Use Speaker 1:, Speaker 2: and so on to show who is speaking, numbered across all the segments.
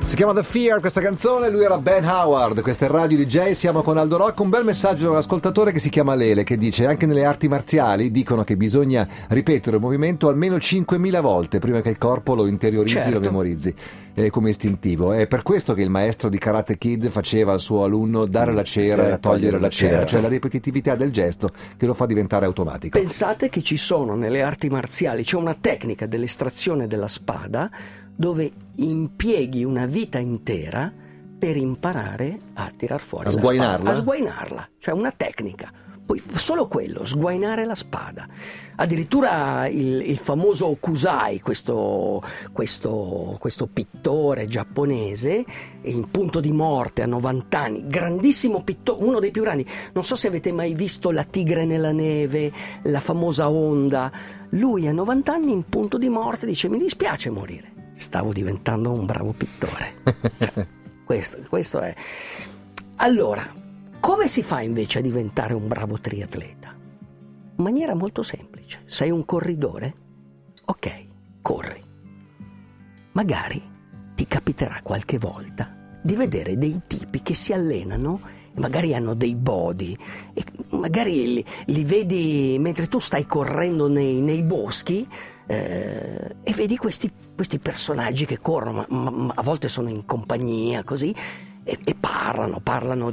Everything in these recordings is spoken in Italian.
Speaker 1: Si chiama The Fear questa canzone, lui era Ben Howard, questa è Radio DJ, siamo con Aldo Rock. Un bel messaggio da un ascoltatore che si chiama Lele, che dice: anche nelle arti marziali dicono che bisogna ripetere un movimento almeno 5.000 volte prima che il corpo lo interiorizzi, certo, lo memorizzi, come istintivo. È per questo che il maestro di Karate Kid faceva al suo alunno dare la cera e togliere la cera, cioè la ripetitività del gesto che lo fa diventare automatico.
Speaker 2: Pensate che ci sono nelle arti marziali, c'è una tecnica dell'estrazione della spada dove impieghi una vita intera per imparare a tirar fuori
Speaker 1: a sguainarla?
Speaker 2: A sguainarla, cioè una tecnica. Poi solo quello, sguainare la spada. Addirittura il famoso Okusai, questo pittore giapponese, in punto di morte a 90 anni, grandissimo pittore, uno dei più grandi. Non so se avete mai visto La tigre nella neve, la famosa Onda. Lui a 90 anni in punto di morte dice: mi dispiace morire, stavo diventando un bravo pittore. Cioè, questo è. Allora, come si fa invece a diventare un bravo triatleta? In maniera molto semplice. Sei un corridore? Ok, corri. Magari ti capiterà qualche volta di vedere dei tipi che si allenano, magari hanno dei body, e magari li vedi mentre tu stai correndo nei boschi, e vedi questi personaggi che corrono, ma a volte sono in compagnia, così, e parlano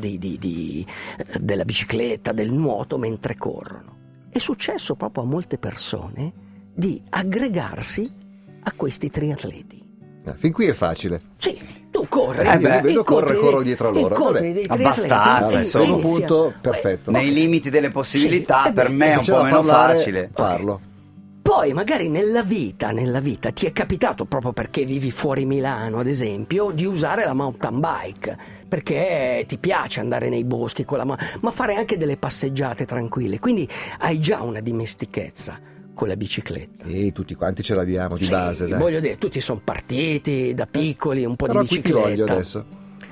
Speaker 2: della bicicletta, del nuoto mentre corrono. È successo proprio a molte persone di aggregarsi a questi triatleti.
Speaker 1: Fin qui è facile.
Speaker 2: Sì, tu corri,
Speaker 1: vedo corro dietro a loro.
Speaker 3: Abbastanza, insomma,
Speaker 1: un punto perfetto.
Speaker 3: Nei limiti delle possibilità, sì, per me è un po' meno facile.
Speaker 1: Parlo.
Speaker 2: Poi magari nella vita ti è capitato, proprio perché vivi fuori Milano ad esempio, di usare la mountain bike, perché ti piace andare nei boschi con ma fare anche delle passeggiate tranquille, quindi hai già una dimestichezza con la bicicletta.
Speaker 1: E tutti quanti ce l'abbiamo di base, dai.
Speaker 2: Voglio dire, tutti sono partiti da piccoli, un po'
Speaker 1: però
Speaker 2: di bicicletta.
Speaker 1: Qui ti voglio adesso.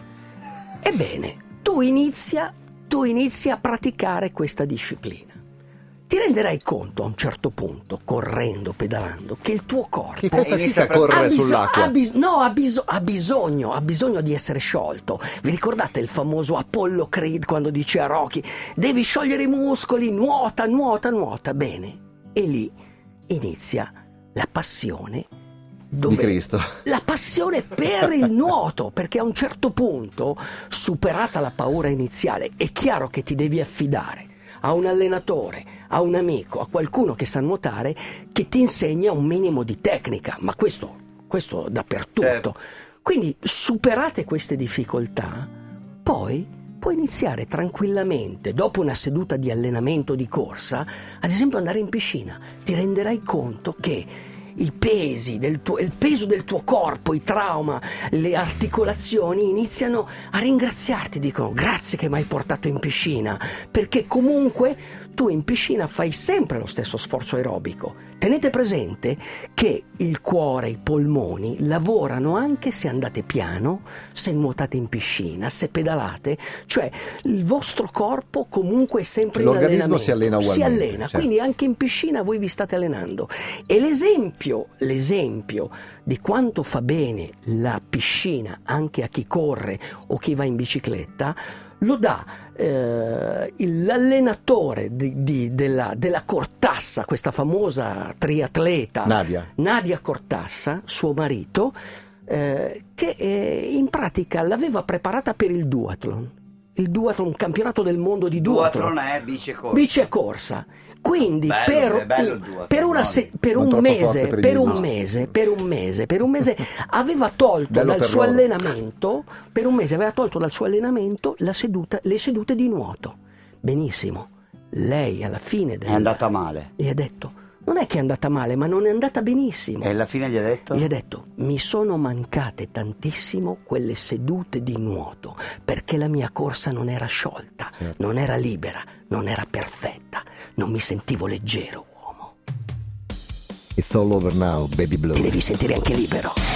Speaker 2: Ebbene, tu inizi a praticare questa disciplina. Ti renderai conto a un certo punto, correndo, pedalando, che il tuo corpo
Speaker 1: che fai fatica a correre sull'acqua.
Speaker 2: Ha bisogno di essere sciolto. Vi ricordate il famoso Apollo Creed quando dice a Rocky: devi sciogliere i muscoli, nuota. Bene, e lì inizia la passione
Speaker 1: di Cristo.
Speaker 2: La passione per il nuoto, perché a un certo punto, superata la paura iniziale, è chiaro che ti devi affidare a un allenatore, a un amico, a qualcuno che sa nuotare, che ti insegna un minimo di tecnica, ma questo dappertutto. Certo. Quindi, superate queste difficoltà, poi puoi iniziare tranquillamente, dopo una seduta di allenamento di corsa, ad esempio andare in piscina. Ti renderai conto che il peso del tuo corpo, i trauma, le articolazioni iniziano a ringraziarti, dicono: grazie che mi hai portato in piscina, perché comunque tu in piscina fai sempre lo stesso sforzo aerobico. Tenete presente che il cuore, i polmoni lavorano anche se andate piano, se nuotate in piscina, se pedalate, cioè il vostro corpo comunque è sempre in allenamento.
Speaker 1: L'organismo si allena ugualmente.
Speaker 2: Si allena, certo. Quindi anche in piscina voi vi state allenando. E l'esempio di quanto fa bene la piscina anche a chi corre o chi va in bicicletta lo dà l'allenatore della Cortassa, questa famosa triatleta Nadia Cortassa, suo marito, che in pratica l'aveva preparata per il duathlon, un campionato del mondo di duathlon.
Speaker 3: Duathlon è bici e corsa.
Speaker 2: Quindi per un mese aveva tolto dal suo allenamento, le sedute di nuoto. Benissimo. Lei alla fine
Speaker 3: è andata male.
Speaker 2: Gli ha detto: non è che è andata male, ma non è andata benissimo.
Speaker 3: E alla fine gli ha detto?
Speaker 2: Gli ha detto: mi sono mancate tantissimo quelle sedute di nuoto, perché la mia corsa non era sciolta, certo, non era libera, non era perfetta, non mi sentivo leggero, uomo.
Speaker 1: It's all over now, baby blue.
Speaker 2: Ti devi sentire anche libero.